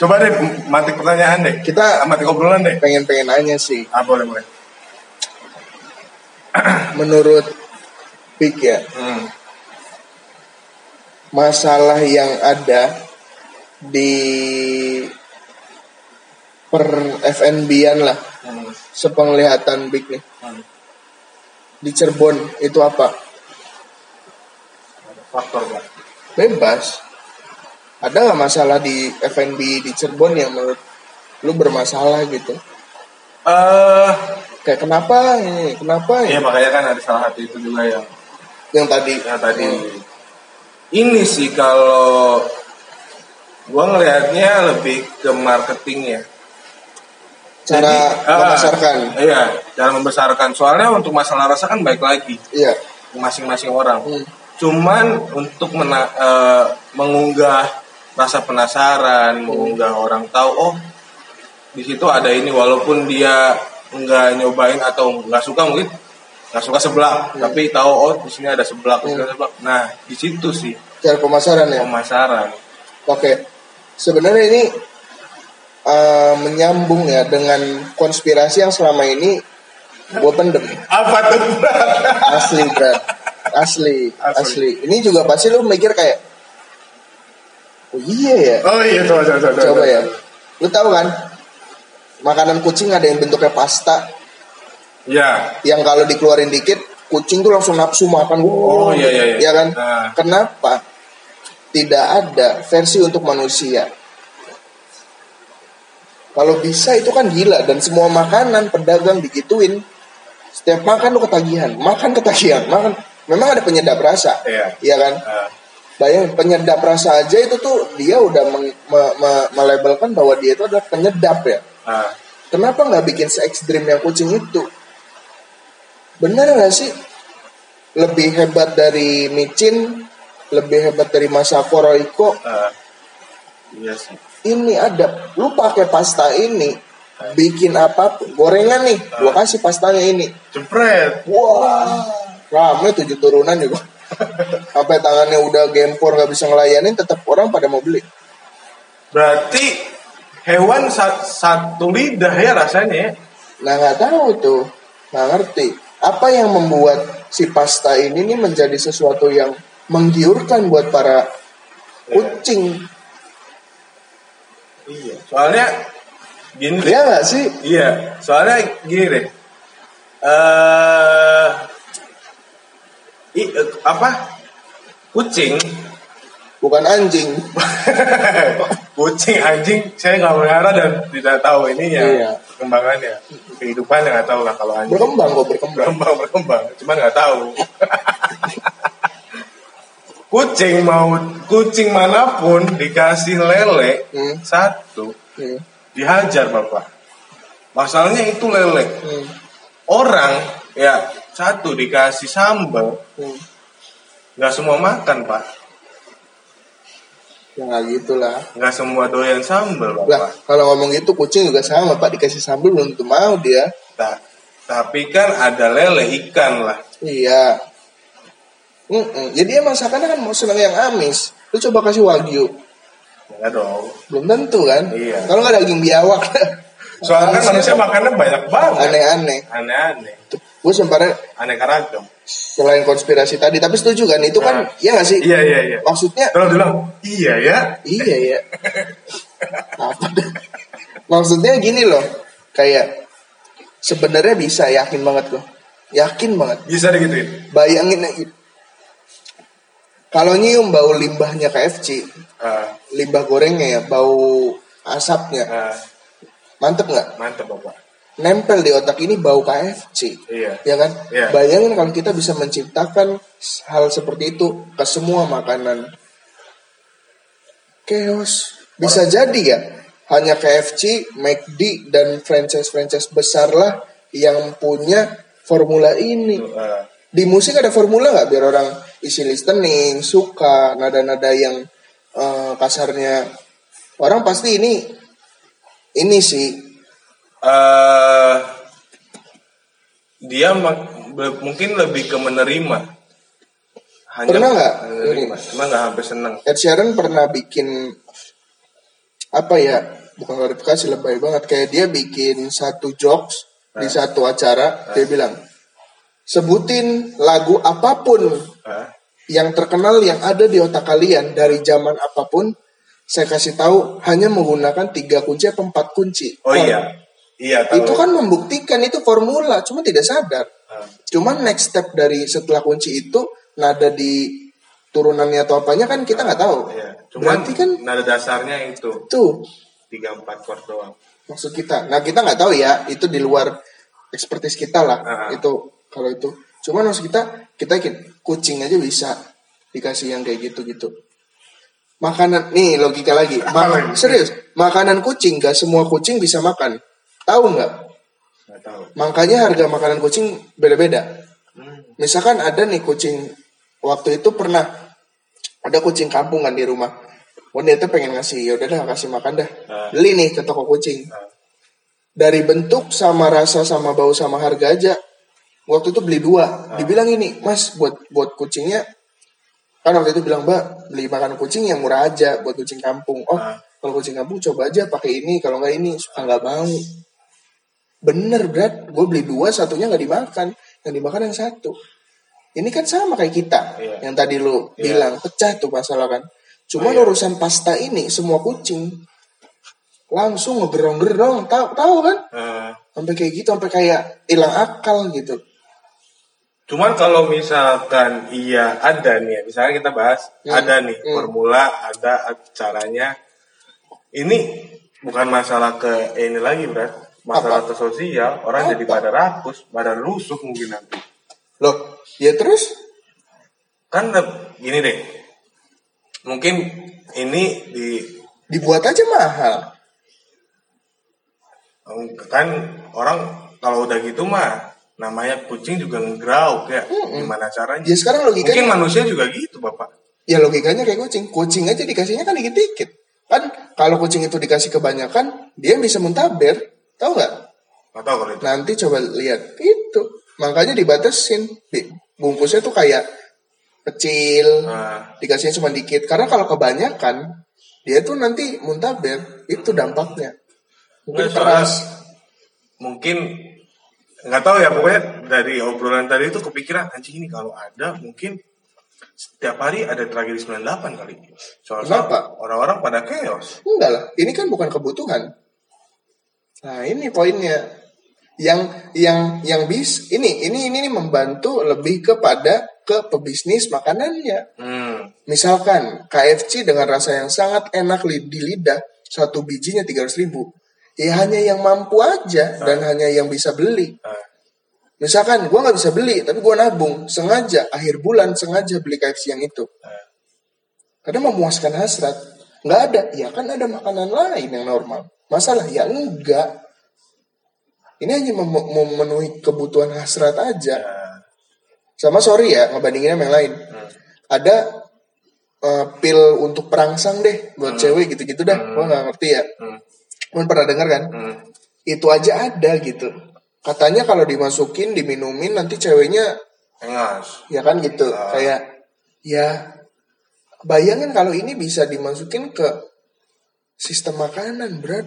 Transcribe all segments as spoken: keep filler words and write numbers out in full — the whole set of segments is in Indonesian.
Coba deh matik pertanyaan deh. Kita matik obrolan deh. Pengen-pengen nanya sih. Ah boleh boleh. Menurut Pik ya, hmm. masalah yang ada di per F and B-an lah, hmm. sepenglihatan Pik nih, hmm. di Cirebon itu apa? Faktor Pak. Bebas. Ada nggak masalah di F and B di Cirebon yang menurut lu bermasalah gitu? Eh, uh, kayak kenapa ini? Kenapa ini? Iya makanya kan ada salah satu itu juga yang yang tadi, yang tadi. Hmm. Ini sih kalau gua ngelihatnya lebih ke marketingnya. Cara Jadi, membesarkan. Uh, iya, cara membesarkan. Soalnya untuk masalah rasa kan baik lagi. Iya. Masing-masing orang. Hmm. Cuman untuk mena- uh, mengunggah rasa penasaran, hmm. mengunggah orang tahu, oh di situ ada ini, walaupun dia nggak nyobain atau nggak suka mungkin nggak suka seblak, hmm. tapi tahu oh di sini ada seblak, hmm. seblak. Nah di situ sih. Cara pemasaran ya. Pemasaran. Oke, sebenarnya ini uh, menyambung ya dengan konspirasi yang selama ini gue pendem. Apa tuh? Asli berat. Asli, asli, asli. Ini juga pasti lu mikir kayak, oh iya ya. Oh iya, coba, coba, coba, coba ya. Lu tahu kan, makanan kucing ada yang bentuknya pasta. Ya. Yang kalau dikeluarin dikit, kucing tuh langsung nafsu makan. Wow, oh iya iya. Ya kan? Nah. Kenapa tidak ada versi untuk manusia? Kalau bisa itu kan gila, dan semua makanan pedagang digituin. Setiap makan lu ketagihan, makan ketagihan, makan. Memang ada penyedap rasa, iya, iya kan? Uh. Bayangin penyedap rasa aja itu tuh dia udah me- me- me- melabelkan bahwa dia itu adalah penyedap ya. Uh. Kenapa nggak bikin se-ekstrim yang kucing itu? Bener nggak sih? Lebih hebat dari micin, lebih hebat dari Masako Royco. Uh. Iya sih. Ini ada, lu pakai pasta ini, uh. bikin apapun, gorengan nih, uh. gua kasih pastanya ini, jepret, wah. Rame tujuh turunan juga. Sampai tangannya udah gempor gak bisa ngelayanin, tetap orang pada mau beli. Berarti hewan sa- satu lidah ya rasanya. Nah gak tahu tuh, gak ngerti. Apa yang membuat si pasta ini nih menjadi sesuatu yang menggiurkan buat para kucing? Iya. Soalnya gini. Iya gak sih? Iya. Soalnya gini deh. Eh uh, I, apa kucing bukan anjing. Kucing anjing saya nggak melihara dan tidak tahu ininya, iya. perkembangannya, kehidupannya nggak tahu lah kalau anjing. Berkembang kok berkembang. Berkembang berkembang, cuman nggak tahu. Kucing mau kucing manapun dikasih lele hmm. satu hmm. dihajar bapak. Masalahnya itu lele. Hmm. Orang ya. Satu dikasih sambal, hmm. nggak semua makan pak. Ya nggak gitulah. Nggak semua doyan sambal pak. Lah kalau ngomong gitu kucing juga sama pak, dikasih sambal belum tentu mau dia. Nah, tapi kan ada lele ikan lah. Iya. Mm-mm. Jadi dia masakannya kan mau senang yang amis. Lu coba kasih wagyu. Enggak dong. Belum tentu kan. Iya. Kalau nggak daging biawak. Soalnya kan manusia makannya banyak banget. Aneh-aneh. Aneh-aneh. Gue sempat aneka ragam. Selain konspirasi tadi, tapi setuju kan itu kan, nah, ya nggak sih? Iya iya iya. Maksudnya? Kalau bilang iya ya. Iya ya. Apa? Maksudnya gini loh, kayak sebenarnya bisa, yakin banget loh, yakin banget. Bisa digituin. Bayangin aja. Kalau nyium bau limbahnya K F C, uh. limbah gorengnya ya, bau asapnya, uh. mantep nggak? Mantep bapak. Nempel di otak ini bau K F C, iya. ya kan? Iya. Bayangin kalau kita bisa menciptakan hal seperti itu ke semua makanan, chaos. Bisa jadi ya, hanya K F C, McD dan franchise-franchise besar lah yang punya formula ini. Uh. Di musik ada formula nggak biar orang isi listening, suka nada-nada yang uh, kasarnya orang pasti ini ini sih. Uh, dia mak- mungkin lebih ke menerima. Hanya pernah nggak? Menerima, cuma nggak sampai senang. Ed Sheeran pernah bikin apa ya, bukan klarifikasi, lebay banget, kayak dia bikin satu jokes eh. di satu acara, eh. dia bilang sebutin lagu apapun eh. yang terkenal yang ada di otak kalian dari zaman apapun, saya kasih tahu hanya menggunakan tiga kunci atau empat kunci. Oh iya, iya. Tahu. Itu kan membuktikan itu formula, cuma tidak sadar. Hmm. Cuman next step dari setelah kunci itu nada di turunannya atau apanya kan kita nggak tahu. Iya. Cuman berarti kan nada dasarnya itu. Tuh. Tiga empat chord doang. Maksud kita. Nah kita nggak tahu ya, itu di luar ekspertis kita lah. Uh-huh. Itu kalau itu. Cuman maksud kita kita kucing aja bisa dikasih yang kayak gitu-gitu. Makanan nih logika lagi. Ma- serius, makanan kucing gak semua kucing bisa makan. Tahu nggak? Nggak tahu. Makanya harga makanan kucing beda-beda. Hmm. Misalkan ada nih kucing, waktu itu pernah ada kucing kampungan di rumah. Oh dia tuh pengen ngasih, ya udah dah kasih makan dah. Uh. Beli nih ke toko kucing. Uh. Dari bentuk sama rasa sama bau sama harga aja. Waktu itu beli dua. Uh. Dibilang ini, Mas buat buat kucingnya. Kan waktu itu bilang, Mbak beli makan kucing yang murah aja buat kucing kampung. Oh uh. kalau kucing kampung coba aja pakai ini, kalau nggak ini suka nggak mau. Bener berat, gue beli dua, satunya nggak dimakan, yang dimakan yang satu. Ini kan sama kayak kita, yeah. yang tadi lu yeah. bilang pecah tuh masalah kan. Cuma oh, yeah. urusan pasta ini semua kucing langsung ngegerong-gerong, tahu tahu kan? Uh. Sampai kayak gitu, sampai kayak hilang akal gitu. Cuman kalau misalkan iya ada nih, misalnya kita bahas hmm. ada nih hmm. formula, ada caranya. Ini bukan masalah ke ini lagi berat, masalah apa? Ke sosial, orang apa? Jadi pada rakus, pada rusuh mungkin nanti. Loh, ya terus? Kan gini deh, mungkin ini di dibuat aja mahal. Kan orang kalau udah gitu mah namanya kucing juga ngegrauk ya. Mm-mm. Gimana caranya? Ya sekarang logikanya mungkin manusia juga gitu, Bapak. Ya logikanya kayak kucing. Kucing aja dikasihnya kan dikit-dikit. Kan kalau kucing itu dikasih kebanyakan, dia bisa muntaber. Tahu nggak? Nggak tahu kalau itu. Nanti coba lihat. Itu. Makanya dibatasin. Bungkusnya tuh kayak kecil. Nah. Dikasihnya cuma dikit. Karena kalau kebanyakan, dia tuh nanti muntaber. Itu dampaknya. Mungkin nah, keras. Mungkin nggak tahu ya, pokoknya dari obrolan tadi itu kepikiran anjing ini kalau ada mungkin setiap hari ada tragedi sembilan puluh delapan kali. Soalnya orang-orang pada chaos. Enggak lah, ini kan bukan kebutuhan. Nah ini poinnya, yang yang yang bis ini ini ini, ini membantu lebih kepada ke pebisnis makanannya. Hmm. Misalkan K F C dengan rasa yang sangat enak di lidah, satu bijinya tiga ratus ribu. Ya hanya yang mampu aja dan ah. hanya yang bisa beli. Ah. Misalkan gue nggak bisa beli, tapi gue nabung sengaja akhir bulan sengaja beli K F C yang itu. Ah. Karena memuaskan hasrat. Nggak ada, ya kan ada makanan lain yang normal. Masalah ya enggak. Ini hanya mem- memenuhi kebutuhan hasrat aja. Ah. Sama sorry ya ngebandingin sama yang lain. Hmm. Ada uh, pil untuk perangsang deh buat hmm. cewek gitu-gitu dah. Hmm. Gue nggak ngerti ya. Hmm. Kan pernah dengar kan? Hmm. Itu aja ada gitu. Katanya kalau dimasukin, diminumin nanti ceweknya engas. Ya kan gitu. Uh. Kayak ya bayangin kalau ini bisa dimasukin ke sistem makanan, berat.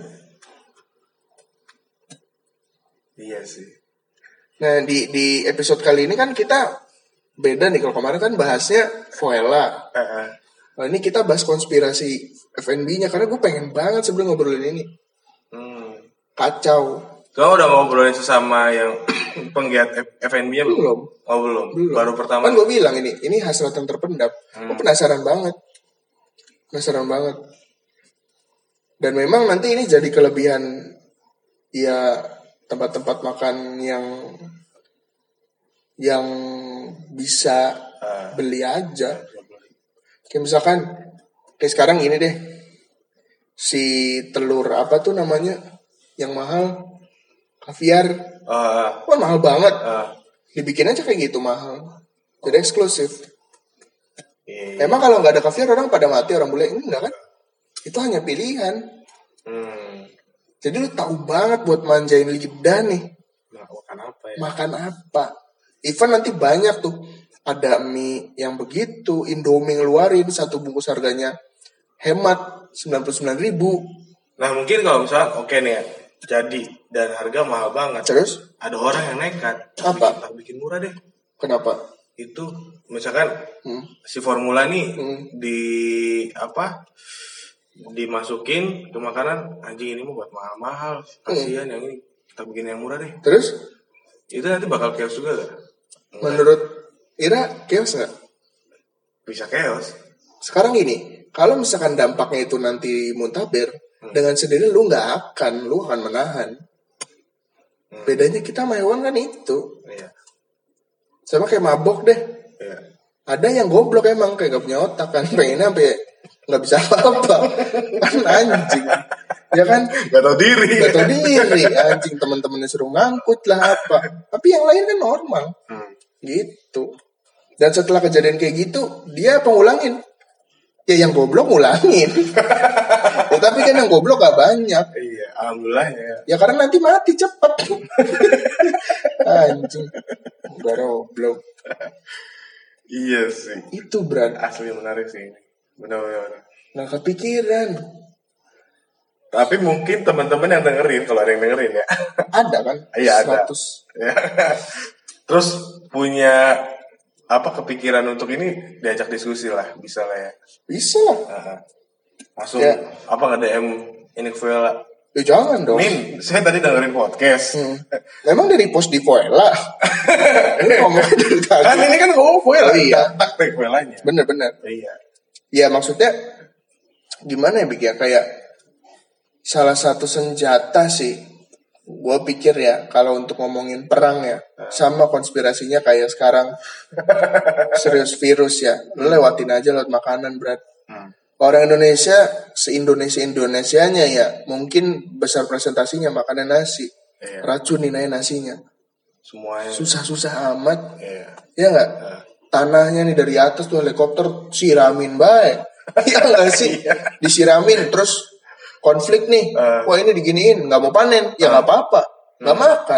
Iya sih. Nah, di di episode kali ini kan kita beda nih, kalau kemarin kan bahasnya Voela. Uh-huh. Nah, ini kita bahas konspirasi F and B-nya karena gue pengen banget sebelum ngobrolin ini. Hmm. Kacau. Kau udah ngobrolin sesama yang penggiat F and B-nya belum? Oh belum. belum. Baru pertama. Kan gue bilang ini, ini hasrat yang terpendam. Hmm. Gue penasaran banget, penasaran banget. Dan memang nanti ini jadi kelebihan ya tempat-tempat makan yang yang bisa uh. beli aja. Kayak misalkan kayak sekarang ini deh. Si telur apa tuh namanya yang mahal, kaviar, uh, oh mahal banget, uh, dibikin aja kayak gitu mahal, jadi eksklusif. Iya. Emang kalau nggak ada kaviar orang pada mati, orang bule enggak kan? Itu hanya pilihan. Hmm. Jadi lu tahu banget buat manjain lidah nih. Nah, makan apa ya? Makan apa? Even nanti banyak tuh, ada mie yang begitu, Indomie ngeluarin satu bungkus harganya hemat sembilan puluh sembilan ribu. Nah mungkin kalau misalnya oke okay nih ya, jadi dan harga mahal banget. Terus ada orang yang nekat. Apa? Bikin, bikin murah deh. Kenapa? Itu misalkan hmm. si formula nih hmm. di apa? dimasukin ke makanan, anjing ini mau buat mahal-mahal, kasihan hmm. yang ini kita bikin yang murah deh. Terus itu nanti bakal chaos juga gak? Menurut Ira chaos gak? Bisa chaos. Sekarang gini, kalau misalkan dampaknya itu nanti muntaber, hmm. dengan sendiri lu gak akan, lu akan menahan. Hmm. Bedanya kita sama hewan kan itu. Iya. Sama kayak mabok deh. Iya. Ada yang goblok emang kayak gak punya otak kan, pengennya sampai nggak bisa apa-apa kan anjing, ya kan? Gak tau diri. Gak tau diri anjing, teman-temannya suruh ngangkut lah apa. Tapi yang lain kan normal, hmm. gitu. Dan setelah kejadian kayak gitu, dia pengulangin. Ya yang goblok ngulangin. Ya, tapi kan yang goblok gak banyak. Iya, alhamdulillah ya. Ya karena nanti mati cepet. Anjing, goblok. Iya sih. Itu berat. Asli menarik sih ini. Benar-benar. Nah kepikiran. Tapi mungkin teman-teman yang dengerin, kalau ada yang dengerin ya. Ada kan? Iya ada. Ya. Terus punya apa kepikiran untuk ini, diajak diskusi lah, bisa lah ya. Bisa lah. Uh-huh. Langsung ya. Apa nge-D M ini Vuela? Ya jangan dong. Min, saya tadi dengerin podcast. Hmm. Memang dari post di Vuela. Ini ngomongin dari tadi. Kan ini kan ngomong Vuela. Oh, iya. Tak tak Vuelanya. Bener-bener. Iya. Ya maksudnya gimana ya Bik ya, kayak salah satu senjata sih gue pikir ya kalau untuk ngomongin perang ya, sama konspirasinya kayak sekarang serius virus ya, lu lewatin aja lewat makanan berat. Hmm. Orang Indonesia se-Indonesia Indonesianya ya mungkin besar presentasinya makanan nasi, yeah. Racunin aja nasinya, semuanya susah-susah amat, yeah. Ya nggak? Yeah. Tanahnya nih dari atas tuh helikopter siramin baik, ya nggak sih? Disiramin terus konflik nih, uh. wah ini diginiin, nggak mau panen, ya nggak uh. apa-apa, nggak hmm. makan,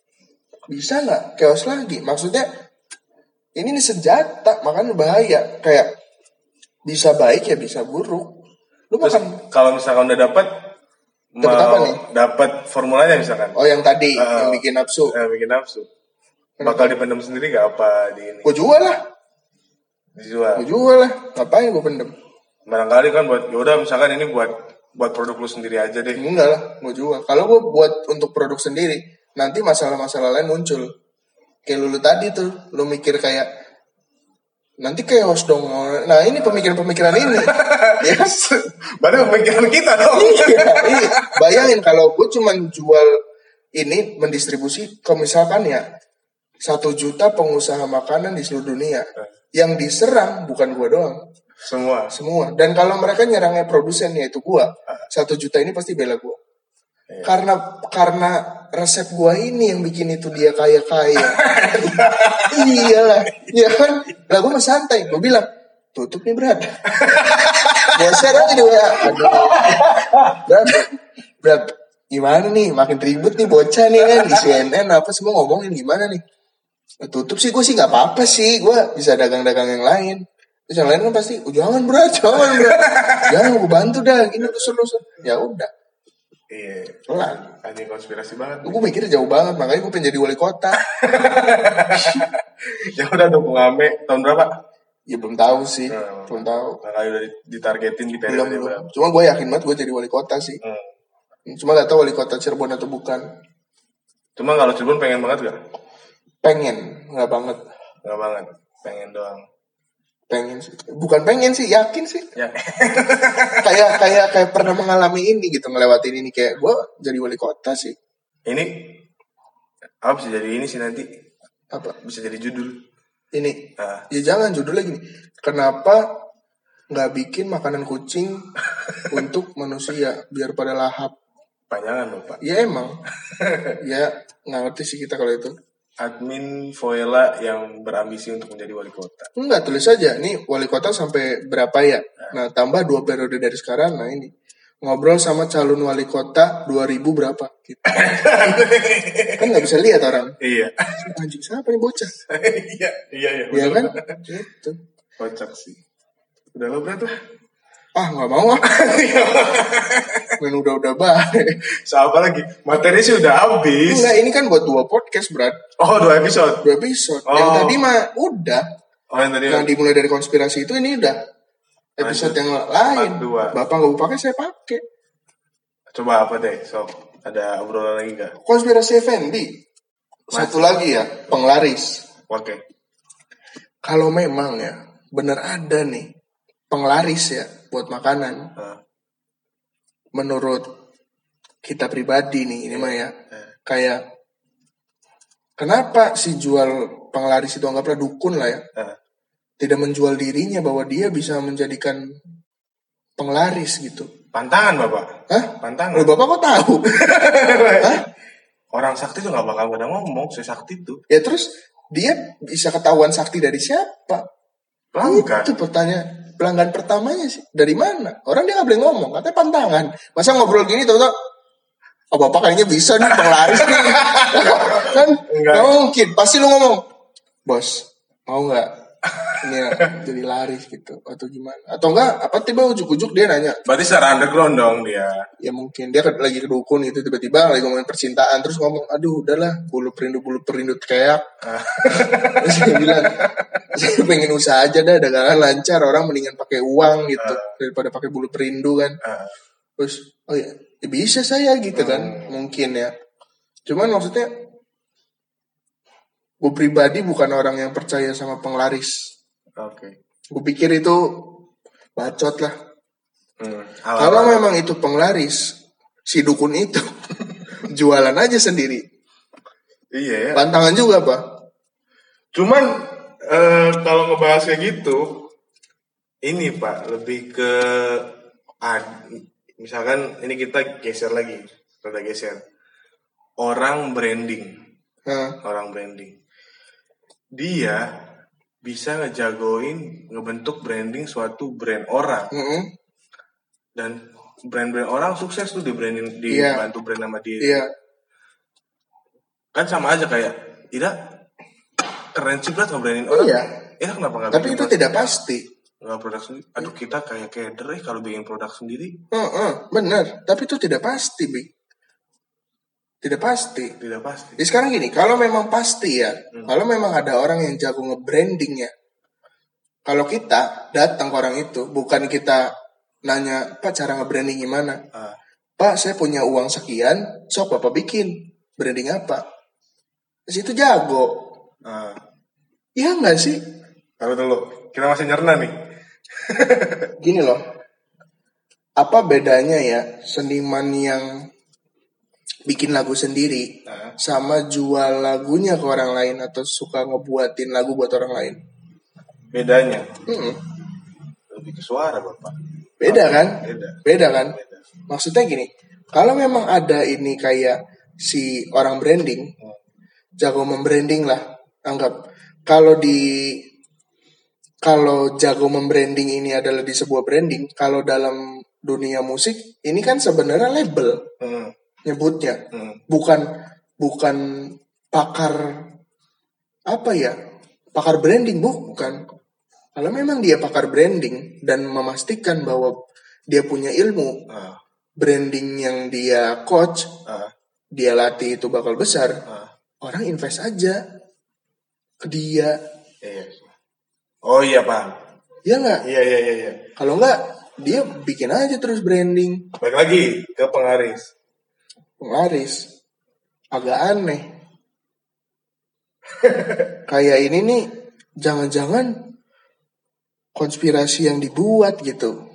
bisa nggak? Chaos lagi, maksudnya ini nih senjata, makanya bahaya, kayak bisa baik ya bisa buruk. Lu terus makan kalau misalkan udah dapat, dapat apa nih? Dapat formulanya misalkan. Oh yang tadi uh, yang bikin nafsu. Yang bikin nafsu. Bakal dipendam sendiri gak apa di ini? Gue jual lah. Dijual. Gue jual lah. Ngapain gue pendem? Barangkali kan buat yaudah misalkan ini buat buat produk lu sendiri aja deh. Enggak lah, gue jual. Kalau gue buat untuk produk sendiri, nanti masalah-masalah lain muncul. Kayak lu, lu tadi tuh, lu mikir kayak nanti chaos dong. Nah ini pemikiran-pemikiran ini. Yes. Baru pemikiran kita dong. Iya, iya. Bayangin kalau gue cuma jual ini mendistribusi, kalau misalkan ya satu juta pengusaha makanan di seluruh dunia, yang diserang bukan gua doang, semua, semua. Dan kalau mereka nyerangnya produsen yaitu gua, satu juta ini pasti bela gua, iya. karena karena resep gua ini yang bikin itu dia kaya kaya. Iyalah, ya kan? Lah gua mah santai, gua bilang tutup nih berat. Gua share aja di W A. Aduh, berat, berat. Gimana nih? Makin ribut nih bocah nih kan di C N N apa semua ngomongin gimana nih? Tutup sih gue sih nggak apa-apa sih, gue bisa dagang-dagang yang lain. Terus yang lain kan pasti, oh, jangan berat, jangan berat, jangan gue bantu dah, gini terus-terus. Ya udah. Iya. Pelan. Ini konspirasi banget. Gue mikir jauh banget, makanya gue pengen jadi wali kota. Ya udah dong ngame tahun berapa? Ya belum tahu sih, hmm. belum tahu. Nah, udah ditargetin di periode berapa? Cuma gue yakin banget gue jadi wali kota sih. Hmm. Cuma gak tahu wali kota Cirebon atau bukan. Cuma kalau Cirebon pengen banget gak? Pengen, nggak banget. Nggak banget, pengen doang. Pengen sih, bukan pengen sih, yakin sih. Ya. kayak kayak kayak pernah mengalami ini gitu, ngelewatin ini kayak gue jadi wali kota sih. Ini apa bisa jadi ini sih nanti? Apa? Bisa jadi judul. Ini. Ah. Ya jangan judulnya gini. Kenapa nggak bikin makanan kucing untuk manusia biar pada lahap? Panjangan loh Pak. Ya emang. Ya nggak ngerti sih kita kalau itu. Admin Vuela yang berambisi untuk menjadi wali kota. Enggak, tulis saja. Ini wali kota sampai berapa ya? Nah, nah tambah dua periode dari sekarang. Nah ini. Ngobrol sama calon wali kota dua ribu berapa? Gitu. Kan gak bisa lihat orang. Iya. Anjing siapa nih bocah? Iya, iya, iya. Iya kan? Gitu. Kocak sih. Udah lo berat lah. Ah nggak mau ah. Main udah-udah baik. Siapa lagi? Materi sih udah habis. Enggak, ini kan buat dua podcast, Brad. Oh, dua episode. Dua episode. Oh. Yang tadi mah udah. Oh, yang tadi. Yang dimulai dari konspirasi itu ini udah episode yang lain. Bapak nggak mau pakai, saya pakai. Coba apa deh? So, ada obrolan lagi nggak? Konspirasi Effendi. Satu lagi ya, penglaris. Oke. Okay. Kalau memang ya benar ada nih penglaris ya buat makanan. Uh. Menurut kita pribadi nih ini mah ya, uh. kayak kenapa si jual penglaris itu anggaplah dukun lah ya, uh. tidak menjual dirinya bahwa dia bisa menjadikan penglaris gitu. Pantangan bapak? Hah? Pantangan. Loh, bapak kok tahu? Hah? Orang sakti tuh nggak bakal pada ngomong si sakti tuh. Ya terus dia bisa ketahuan sakti dari siapa? Pelanggan. Itu pertanyaan. Pelanggan pertamanya sih dari mana? Orang dia nggak boleh ngomong, katanya pantangan. Masa ngobrol gini tuh tuh? Oh bapak kayaknya bisa nih penglaris nih. Kan nggak mungkin. Pasti lu ngomong, bos mau nggak? Ini ya, jadi laris gitu atau gimana? Atau enggak? Apa tiba ujuk-ujuk dia nanya? Berarti secara underground dong dia. Ya mungkin dia lagi ke dukun gitu tiba-tiba lagi ngomongin percintaan terus ngomong, aduh udahlah bulu perindu bulu perindu kayak. Terus dia bilang, saya pengen usaha aja dah dagangan lancar orang mendingan pakai uang gitu uh. daripada pakai bulu perindu kan. Uh. Terus oh ya, ya bisa saya gitu kan hmm. mungkin ya. Cuman maksudnya gue pribadi bukan orang yang percaya sama penglaris. Oke. Okay. Gue pikir itu bacot lah. Hmm, kalau memang itu penglaris, si dukun itu jualan aja sendiri. Iya ya. Pantangan juga pak. Cuman eh, kalau ngebahas kayak gitu, ini pak lebih ke, ah, misalkan ini kita geser lagi, kita geser. Orang branding, hmm. orang branding. Dia bisa ngejagoin, ngebentuk branding suatu brand orang. Mm-hmm. Dan brand-brand orang sukses tuh di branding, dibantu yeah. brand sama dia. Yeah. Kan sama aja kayak, tidak keren sih berat nge-branding orang. Iya. Ya kenapa nggak? Tapi itu tidak pasti. Nggak produk sendiri. Aduh kita kayak keder eh kalau bikin produk sendiri. Uh-uh, benar. Tapi itu tidak pasti, Bi. Tidak pasti. Tidak pasti. Jadi sekarang gini, kalau memang pasti ya, hmm. kalau memang ada orang yang jago nge-branding ya, kalau kita datang ke orang itu, bukan kita nanya, Pak cara nge-branding gimana? Uh. Pak saya punya uang sekian, sok Bapak bikin. Branding apa? Di situ jago. Uh. Iya nggak sih? Tahu dulu, kita masih nyerna nih. Gini loh, apa bedanya ya seniman yang bikin lagu sendiri uh. sama jual lagunya ke orang lain atau suka ngebuatin lagu buat orang lain? Bedanya? Hmm. Lebih ke suara bapak. Beda kan? Beda. Beda kan? Beda. Maksudnya gini, kalau memang ada ini kayak si orang branding, hmm. jago membranding lah, anggap kalau di kalau jago membranding ini adalah di sebuah branding, kalau dalam dunia musik ini kan sebenarnya label. Hmm. Nyebutnya hmm. bukan bukan pakar apa ya pakar branding bukan. Kalau memang dia pakar branding dan memastikan bahwa dia punya ilmu uh. branding yang dia coach, uh. dia latih itu bakal besar, uh. orang invest aja ke dia. Iya. Oh iya paham. Iya nggak? Iya iya iya. iya. Kalau nggak dia bikin aja terus branding. Balik lagi ke penglaris. Penglaris agak aneh. Kayak ini nih jangan-jangan konspirasi yang dibuat gitu.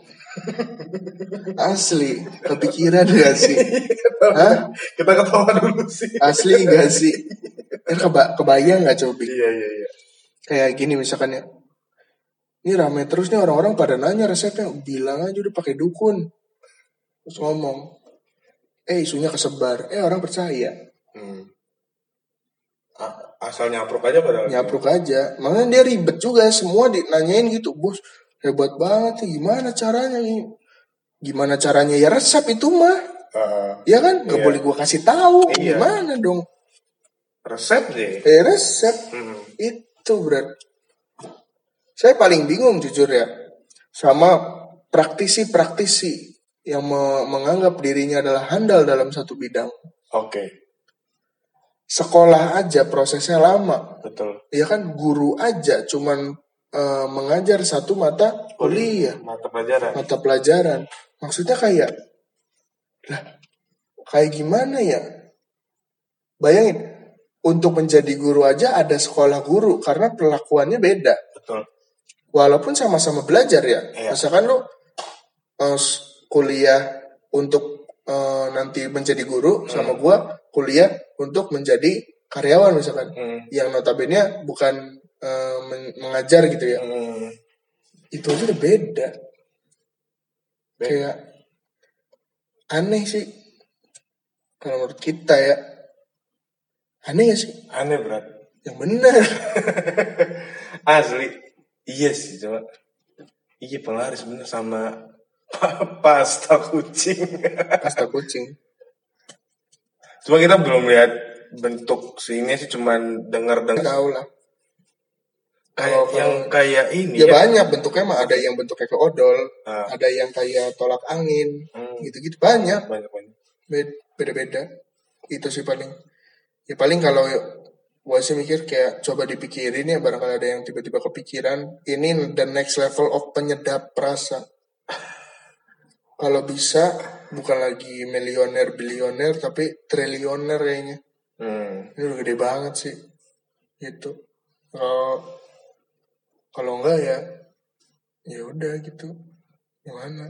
Asli kepikiran gak sih? Hah? Kita ketawa dulu sih. Asli gak sih? Keba- kebayang gak coba? Iya iya iya. Kayak gini misalkan ya, ini rame terus nih orang-orang pada nanya resepnya, bilang aja udah pakai dukun. Terus ngomong, eh isunya kesebar, eh orang percaya. Hmm. Asal nyapruk aja padahal. Nyapruk aja. Makanya dia ribet juga, semua dinanyain gitu, bos hebat banget nih, gimana caranya nih? Gimana caranya ya resep itu mah? Uh, ya kan, gak iya. boleh gue kasih tahu. Iya. Gimana dong? Resep deh. Eh resep hmm. itu berat. Saya paling bingung jujur ya sama praktisi-praktisi yang me- menganggap dirinya adalah handal dalam satu bidang. Oke. Okay. Sekolah aja prosesnya lama. Betul. Ya kan, guru aja cuman uh, mengajar satu mata kuliah, mata pelajaran. Mata pelajaran. Maksudnya kayak lah, kayak gimana ya? Bayangin, untuk menjadi guru aja ada sekolah guru karena perlakuannya beda. Betul. Walaupun sama-sama belajar ya. Iya. Misalkan lo uh, kuliah untuk uh, nanti menjadi guru, hmm. sama gua kuliah untuk menjadi karyawan misalkan. Hmm. Yang notabene bukan uh, men- mengajar gitu ya. Hmm. Itu aja udah beda. beda. Kayak aneh sih. Kalau menurut kita ya. Aneh gak sih? Aneh berat. Yang benar. Asli. Iya sih cuma. Iya pengaruh sebenarnya sama pasta kucing. Pasta kucing. Cuma kita belum lihat bentuk sini sih, cuman dengar-dengar. Tahu lah. Kayak yang kayak ini. Ya, ya banyak bentuknya mah, ada yang bentuknya kayak odol, ah. ada yang kayak tolak angin, hmm. gitu-gitu banyak. Banyak-banyak. Beda-beda. Itu sih paling. Ya paling kalau gue sih mikir kayak coba dipikirin ya, barangkali ada yang tiba-tiba kepikiran ini the next level of penyedap rasa. Kalau bisa bukan lagi milioner bilioner tapi triliuner kayaknya. Hmm. Ini udah gede banget sih. Gitu. Kalau kalau enggak ya ya udah gitu. Gimana?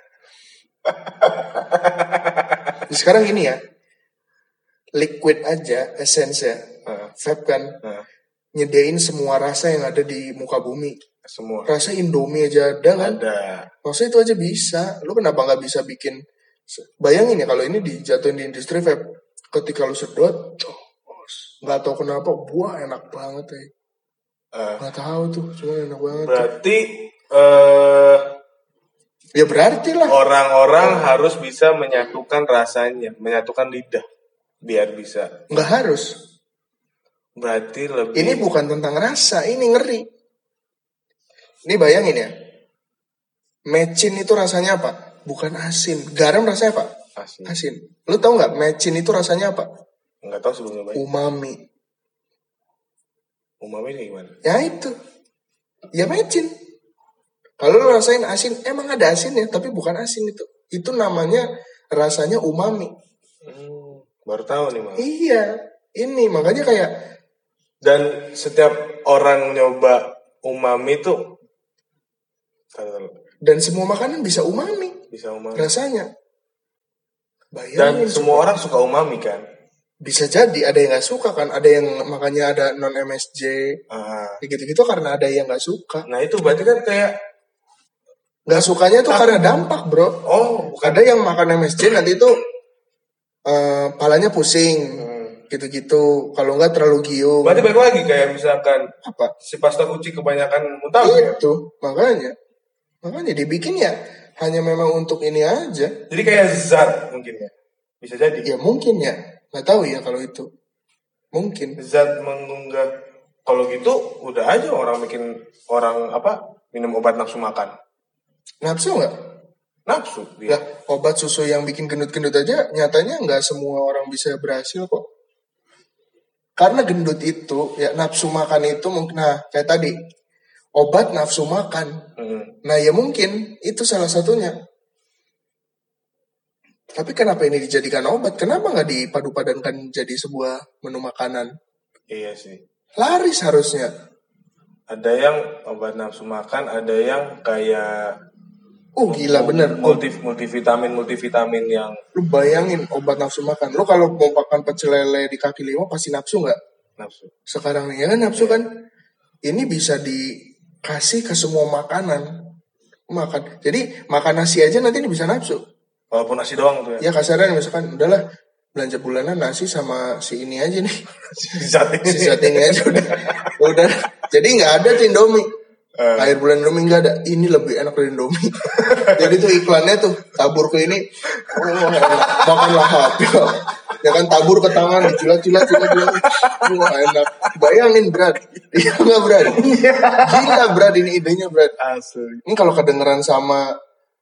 Sekarang ini ya. Liquid aja, essence ya, uh, vape kan, uh, nyedain semua rasa yang ada di muka bumi. Semua. Rasa Indomie aja ada kan? Ada. Maksudnya itu aja bisa. Lu kenapa nggak bisa bikin? Bayangin ya kalau ini dijatuhin di industri vape, ketika lu sedot, nggak tahu kenapa, buah enak banget ya. Uh, nggak tahu tuh, cuma enak banget. Berarti, uh, ya berarti lah. Orang-orang uh, harus bisa menyatukan rasanya, menyatukan lidah. Biar bisa. Nggak harus. Berarti lebih. Ini bukan tentang rasa, ini ngeri. Ini bayangin ya. Mecin itu rasanya apa? Bukan asin. Garam rasanya apa? Asin. Asin. Lu tahu nggak mecin itu rasanya apa? Nggak tahu sebelumnya. Umami. Umami ini gimana? Ya itu. Ya mecin. Kalau lu rasain asin, emang ada asin ya, tapi bukan asin itu. Itu namanya rasanya umami. Hmm. Baru tahu nih Mas. Iya, ini makanya kayak. Dan setiap orang nyoba umami tuh. Dan semua makanan bisa umami. Bisa umami. Rasanya. Bayangin. Dan semua suka. Orang suka umami kan? Bisa jadi, ada yang nggak suka kan, ada yang makanya ada non M S J, ah. gitu-gitu karena ada yang nggak suka. Nah itu berarti kan kayak. Nggak sukanya tuh karena dampak bro. Oh. Bukan. Ada yang makan M S J nanti tuh. Uh, palanya pusing, hmm. gitu-gitu. Kalau nggak terlalu giung. Berarti balik lagi kayak misalkan apa? Si pasta kucing kebanyakan muntah. Itu ya? makanya, makanya dibikin ya hanya memang untuk ini aja. Jadi kayak zat mungkin ya, bisa jadi. Ya mungkin ya, nggak tahu ya kalau itu. Mungkin. Zat mengunggah. Kalau gitu, udah aja orang bikin orang apa minum obat nafsu makan. Nafsu nggak? Nafsu dia. Lah, obat susu yang bikin gendut-gendut aja nyatanya nggak semua orang bisa berhasil kok. Karena gendut itu ya nafsu makan itu mungkin nah kayak tadi obat nafsu makan. Hmm. Nah ya mungkin itu salah satunya. Tapi kenapa ini dijadikan obat? Kenapa nggak dipadu-padankan jadi sebuah menu makanan? Iya sih. Laris harusnya. Ada yang obat nafsu makan, ada yang kayak Oh gila bener multi, multivitamin multivitamin yang lu bayangin obat nafsu makan. Lu kalau mau makan pecel lele di kaki lima pasti nafsu nggak? Nafsu. Sekarang nih ya kan nafsu kan. Ini bisa dikasih ke semua makanan. Makan. Jadi makan nasi aja nanti ini bisa nafsu. Walaupun nasi doang tuh ya. Ya kasarnya misalkan udahlah belanja bulanan nasi sama si ini aja nih. Si zat ini. Si zat ini aja udah. Udah. Jadi nggak ada tuh Indomie. Uh. Air bulan Indomie nggak ada. Ini lebih enak dari Indomie. Jadi tuh iklannya tuh tabur ke ini. Oh, enak. Makanlah hati. Ya kan tabur ke tangan, dijilat-jilat, jilat-jilat. Wah enak. Bayangin Brad. Iya nggak Brad? Gila Brad ini idenya Brad. Asli. Ini kalau kedengeran sama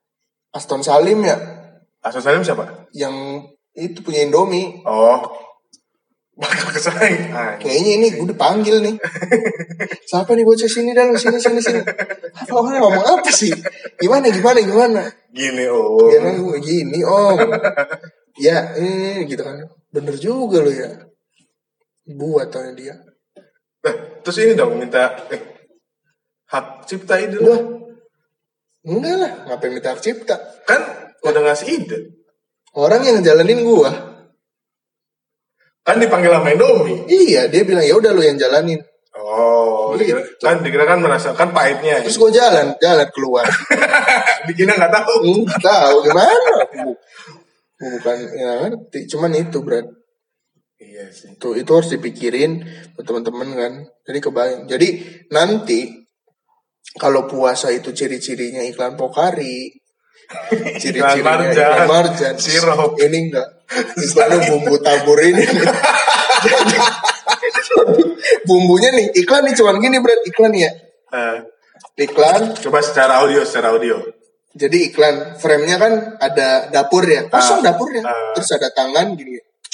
Aston Salim ya. Aston Salim siapa? Yang itu punya Indomie. Oh. Bakal kesaing. Ah, kayaknya ini gue dipanggil nih. Siapa nih bocah sini dalam sini sini sini. Apa orang ngomong apa sih? Gimana gimana gimana? Gini om. Ya gue gini om. Ya eh gitu kan. Bener juga lo ya. Buat tanya dia. Nah, terus ini dong minta eh, hak cipta ide. Wah. Enggak lah, ngapain minta hak cipta? Kan udah ngasih ide. Orang yang jalanin gua. Kan dipanggil sama Indomie. Iya, dia bilang ya udah lo yang jalanin. Oh, dikira, kan dikira kan merasakan pahitnya. Terus gua jalan, jalan keluar. Dikira nggak tahu. Nggak tahu gimana. Bukan ya ngerti, cuman itu berat. Iya sih. Tuh itu harus dipikirin buat teman-teman kan. Jadi kebayang. Jadi nanti kalau puasa itu ciri-cirinya iklan Pokari, ciri-cirinya iklan, iklan Marjan, sirup. Ini enggak. Iklannya bumbu tabur ini. Jadi, bumbunya nih iklan nih cuman gini berat iklan ya. Uh, iklan. Coba secara audio, secara audio. Jadi iklan frame-nya kan ada dapur ya, kosong uh, dapurnya. Uh, Terus ada tangan gini.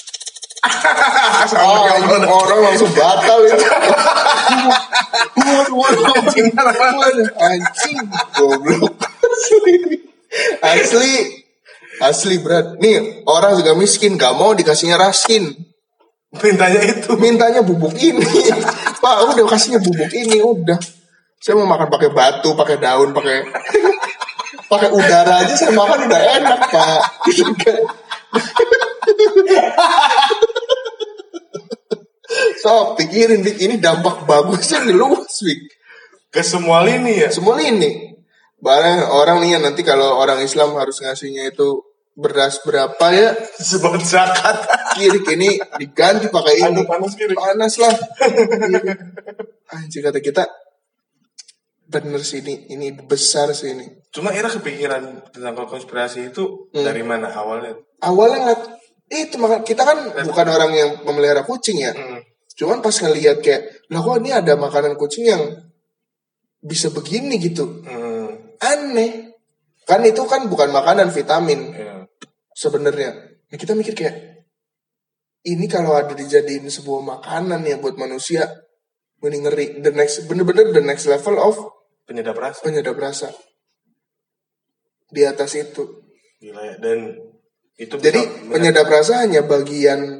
Oh, orang langsung batal itu. Anjing, anjing, goblok. Asli, asli berat. Nih orang juga miskin, gak mau dikasihnya raskin. Mintanya itu, mintanya bubuk ini. Pak, udah kasihnya bubuk ini, udah. Saya mau makan pakai batu, pakai daun, pakai pakai udara aja saya makan udah enak pak. So pikirin Dik, ini dampak bagusnya nih luas Wik. Ke semua lini ya. Semua lini. Barang orang nih ya nanti kalau orang Islam harus ngasihnya itu beras berapa ya? Sebuah zakat. Kiri ini diganti pakai ini. Panas kiri. Panas lah. Anjir kata kita. Bener sih ini, ini besar sih ini. Cuma Ira kepikiran tentang konspirasi itu hmm. dari mana awalnya? Awalnya ngeliat, itu maka kita kan Lihat. bukan orang yang memelihara kucing ya. Hmm. Cuman pas ngelihat kayak, lah kok ini ada makanan kucing yang bisa begini gitu. Hmm. Aneh. Kan itu kan bukan makanan vitamin. Yeah. Sebenarnya. Nah, kita mikir kayak, ini kalau ada dijadiin sebuah makanan ya buat manusia, ini ngeri. The next, bener-bener the next level of penyedap rasa. Penyedap rasa. Di atas itu. Gila ya. Dan itu jadi penyedap rasa hanya bagian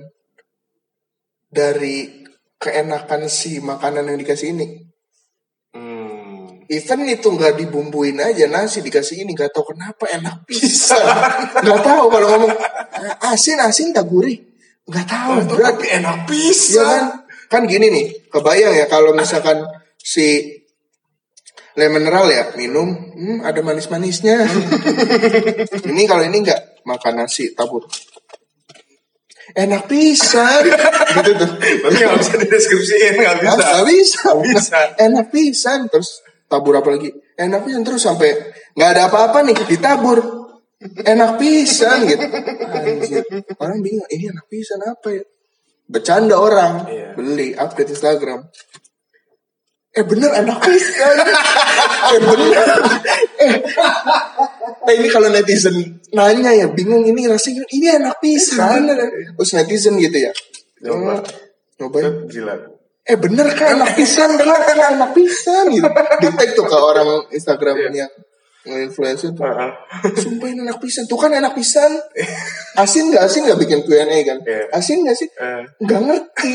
dari keenakan si makanan yang dikasih ini. Hmm. Even itu nggak dibumbuin aja nasi dikasih ini nggak tahu kenapa enak pisan. Nggak tahu kalau ngomong asin asin tak gurih. Nggak tahu. Berarti enak pisan. Ya kan? Kan gini nih. Kebayang ya kalau misalkan si le mineral ya minum, hmm, ada manis-manisnya. Ini kalau ini enggak makan nasi tabur, enak pisan. Gitu tuh. Tapi nggak bisa dideskripsiin, nggak bisa. Nggak bisa. Gak bisa. Enak pisan terus tabur apa lagi? Enak pisan terus sampai nggak ada apa-apa nih ditabur. Enak pisan gitu. Anjir. Orang bingung ini enak pisan apa ya? Bercanda orang, iya. Beli update Instagram. Eh bener enak pisan. eh bener. Eh, eh ini kalau netizen nanya ya bingung ini rasanya ini enak pisan. Terus netizen gitu ya. Coba. Cobain. Gila. Eh bener kan enak pisan kan enak pisan gitu. Di tag tuh ke orang Instagramnya nge-influencer tuh. Uh-huh. Sumpah ini enak pisan. Tuh kan enak pisan. Asin gak asin gak bikin Q and A kan? Yeah. Asin gak sih? Uh. Gak ngerti.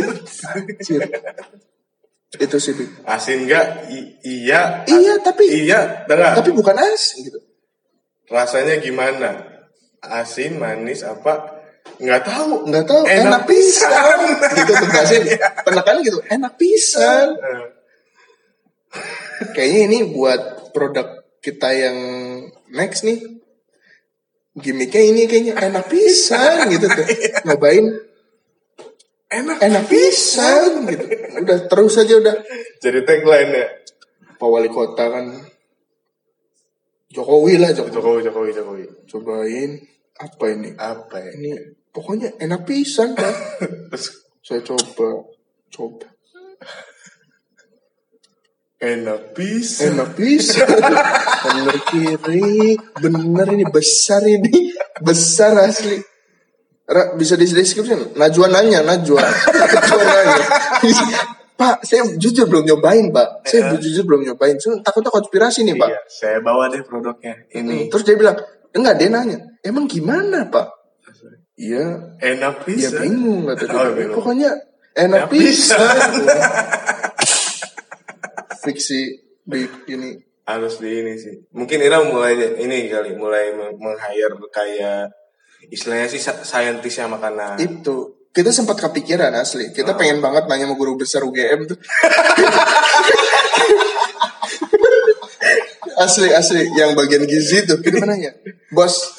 Itu sih. Asin gak? I- iya. Iya tapi. Iya. Dengar. Tapi bukan asin gitu. Rasanya gimana? Asin, manis, apa? Nggak tahu. Nggak tahu. Enak, enak pisan. Gitu tuh asin. Penekannya gitu. Enak pisan. Uh. Kayaknya ini buat produk kita yang next nih. Gimiknya ini kayaknya enak pisan gitu tuh. Nyobain enak enak pisan gitu. Udah terus aja udah. Jadi tagline ya. Pak Wali Kota kan Jokowi lah Jokowi. Jokowi Jokowi Jokowi. Cobain apa ini? Apa ya? Ini pokoknya enak pisan kan. Terus saya coba coba. Enak pisan. Enak pisan. Bener kiri, bener ini besar ini, besar asli. Ra, bisa deskripsi? Najwa nanya, Najwa. Najwa nanya. Pak, saya jujur belum nyobain, Pak. Saya ya. jujur belum nyobain. Saya takutnya konspirasi nih, Pak. Iya, saya bawa deh produknya. Ini. Hmm, terus dia bilang, enggak, dia nanya, emang gimana, Pak? Iya. Enak pisan. Ya bingung kata dia. Oh, bingung. Pokoknya enak, enak pisan. Fiksi di ini. Harus di ini sih. Mungkin Ira mulai ini kali, mulai meng-hire kayak istilahnya sih saintisnya makanan. Itu. Kita sempat kepikiran asli. Kita oh. pengen banget nanya sama guru besar U G M tuh. asli asli yang bagian gizi tuh. Kita nanya, bos,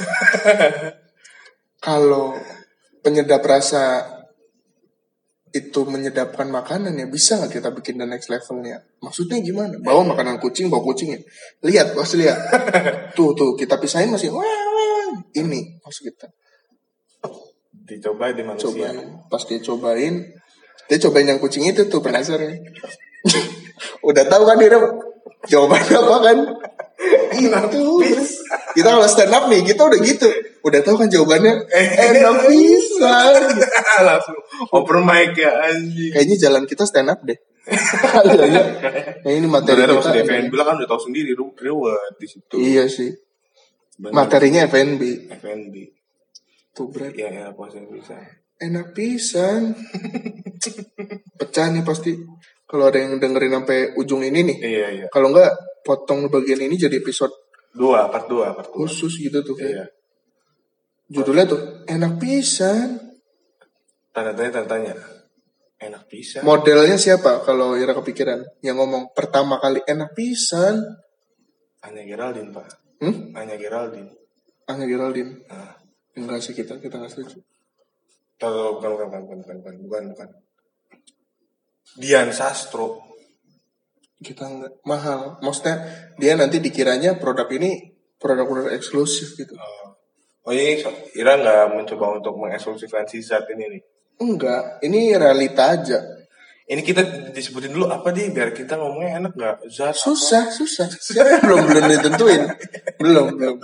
kalau penyedap rasa itu menyedapkan makanan ya, bisa nggak kita bikin the next levelnya? Maksudnya gimana? Bawa makanan kucing, bawa kucingnya. Lihat, bos lihat. Tuh tuh kita pisahin masih. Wah, wah. Ini maksud kita. Dicoba di manusia. Cobain. Pas dia cobain, dia cobain yang kucing itu tuh penasaran. Udah tahu kan dia jawabannya apa kan? Itu. Kita kalau stand up nih, kita udah gitu. Udah tahu kan jawabannya? Enak pisan. Langsung open mic ya anjing. Kayaknya jalan kita stand up deh. Kayaknya. Nah, ini materi kita. kita. F N B kan udah tahu sendiri reward di situ. Iya sih. Bener. Materinya F N B. F N B. Tuh berat. Iya, enak pisan bisa. Enak pisan. Pecah nih pasti. Kalau ada yang dengerin sampai ujung ini nih. Iya, iya. Kalau enggak potong bagian ini jadi episode dua, part dua, part dua. Khusus gitu tuh. Iya. Judulnya tuh enak pisan. Tanda tanya, tanda tanya. Enak pisan. Modelnya siapa kalau Ira kepikiran yang ngomong pertama kali enak pisan? Anya Geraldine, Pak. Hmm? Anya Geraldine. Anya Geraldine. Nah. Enggak sih kita kita nggak setuju. Tahu bukan bukan bukan bukan bukan bukan bukan. Dian Sastro. Kita nggak mahal. Maksudnya dia nanti dikiranya produk ini produk-produk eksklusif gitu. Oh, oh ini Ira nggak mencoba untuk mengeksklusifkan si zat ini nih? Enggak, ini realita aja. Ini kita disebutin dulu apa nih biar kita ngomongnya enak nggak? Zat susah apa? susah. belum belum ditentuin. belum belum.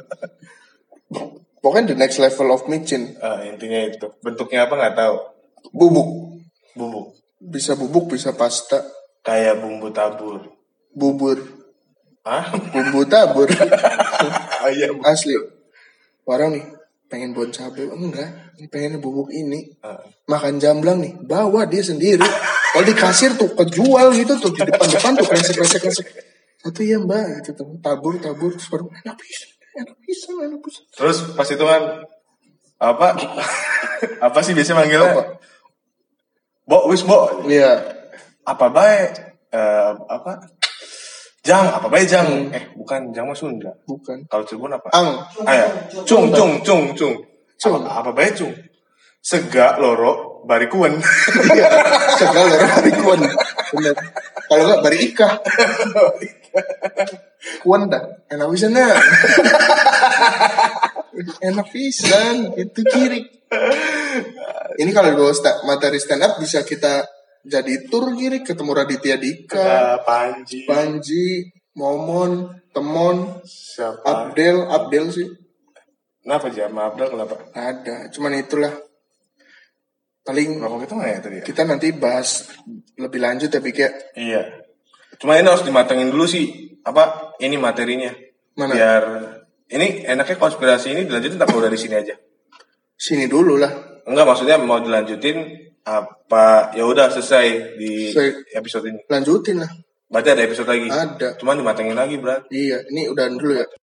Pokoknya the next level of micin. Uh, intinya itu. Bentuknya apa nggak tahu. Bubuk. Bubuk. Bisa bubuk, bisa pasta. Kayak bumbu tabur. Bubur. Hah? Bumbu tabur. Oh, iya, bu- Asli. Orang nih pengen bon cabai, enggak. Ini pengen bubuk ini. Uh. Makan jamblang nih, bawa dia sendiri. Kalau di kasir tuh kejual gitu tuh di depan-depan tuh kresek-kresek-kresek. Satu ya mbak, gitu tuh. Tabur-tabur terus baru enak bisa. Enak bisa, enak bisa. Terus pas itu kan apa apa sih biasanya manggilnya? Apa? Bo, wis bo. Iya. Apa baik? Uh, apa? Jang, apa baik jang? Hmm. Eh, bukan jang mah Sunda. Bukan. Kalau Cirebon apa? Ang. Ah ya. Cung, cung, cung, cung. Cung. Apa, apa baik cung? Sega loro barikuan. Iya. Sega loro barikuan. Benar. Kalau enggak bari ikah. Kuan dah. Enak pisan dah. Enak pisan. Itu kiri. Ini kalau gue sta- materi stand up bisa kita jadi tur kiri ketemu Raditya Dika, uh, Panji, Panji, Momon, Temon, siapa? Abdel, Abdel sih. Kenapa sih sama Abdel kenapa? Ada, cuman itulah. Paling Berapa kita mana ya tadi ya? Kita nanti bahas lebih lanjut ya Bik ya. Iya. Cuma ini harus dimatengin dulu sih. Apa ini materinya? Mana? Biar ini enaknya konspirasi ini dilanjutin apa udah di sini aja? Sini dulu lah. Enggak, maksudnya mau dilanjutin apa ya udah selesai di selesai. Episode ini. Lanjutin lah. Berarti ada episode lagi. Ada. Cuma dimatengin lagi, Bro. Iya, ini udah dulu ya.